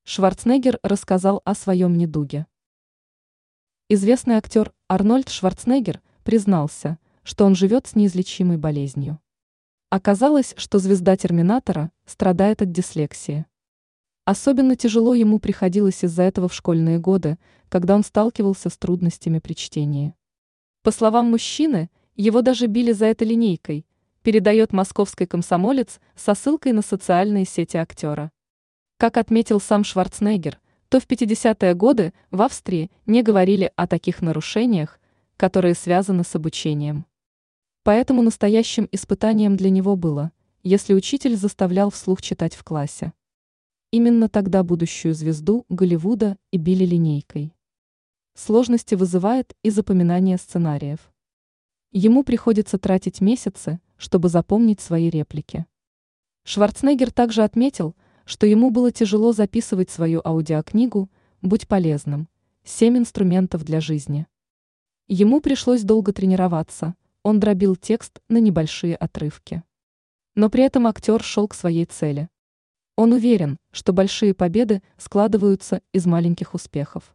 Шварценеггер рассказал о своем недуге. Известный актер Арнольд Шварценеггер признался, что он живет с неизлечимой болезнью. Оказалось, что звезда «Терминатора» страдает от дислексии. Особенно тяжело ему приходилось из-за этого в школьные годы, когда он сталкивался с трудностями при чтении. По словам мужчины, его даже били за это линейкой, передает московский комсомолец со ссылкой на социальные сети актера. Как отметил сам Шварценеггер, то в 50-е годы в Австрии не говорили о таких нарушениях, которые связаны с обучением. Поэтому настоящим испытанием для него было, если учитель заставлял вслух читать в классе. Именно тогда будущую звезду Голливуда и били линейкой. Сложности вызывает и запоминание сценариев. Ему приходится тратить месяцы, чтобы запомнить свои реплики. Шварценеггер также отметил, что ему было тяжело записывать свою аудиокнигу «Будь полезным. 7 инструментов для жизни». Ему пришлось долго тренироваться, он дробил текст на небольшие отрывки. Но при этом актер шел к своей цели. Он уверен, что большие победы складываются из маленьких успехов.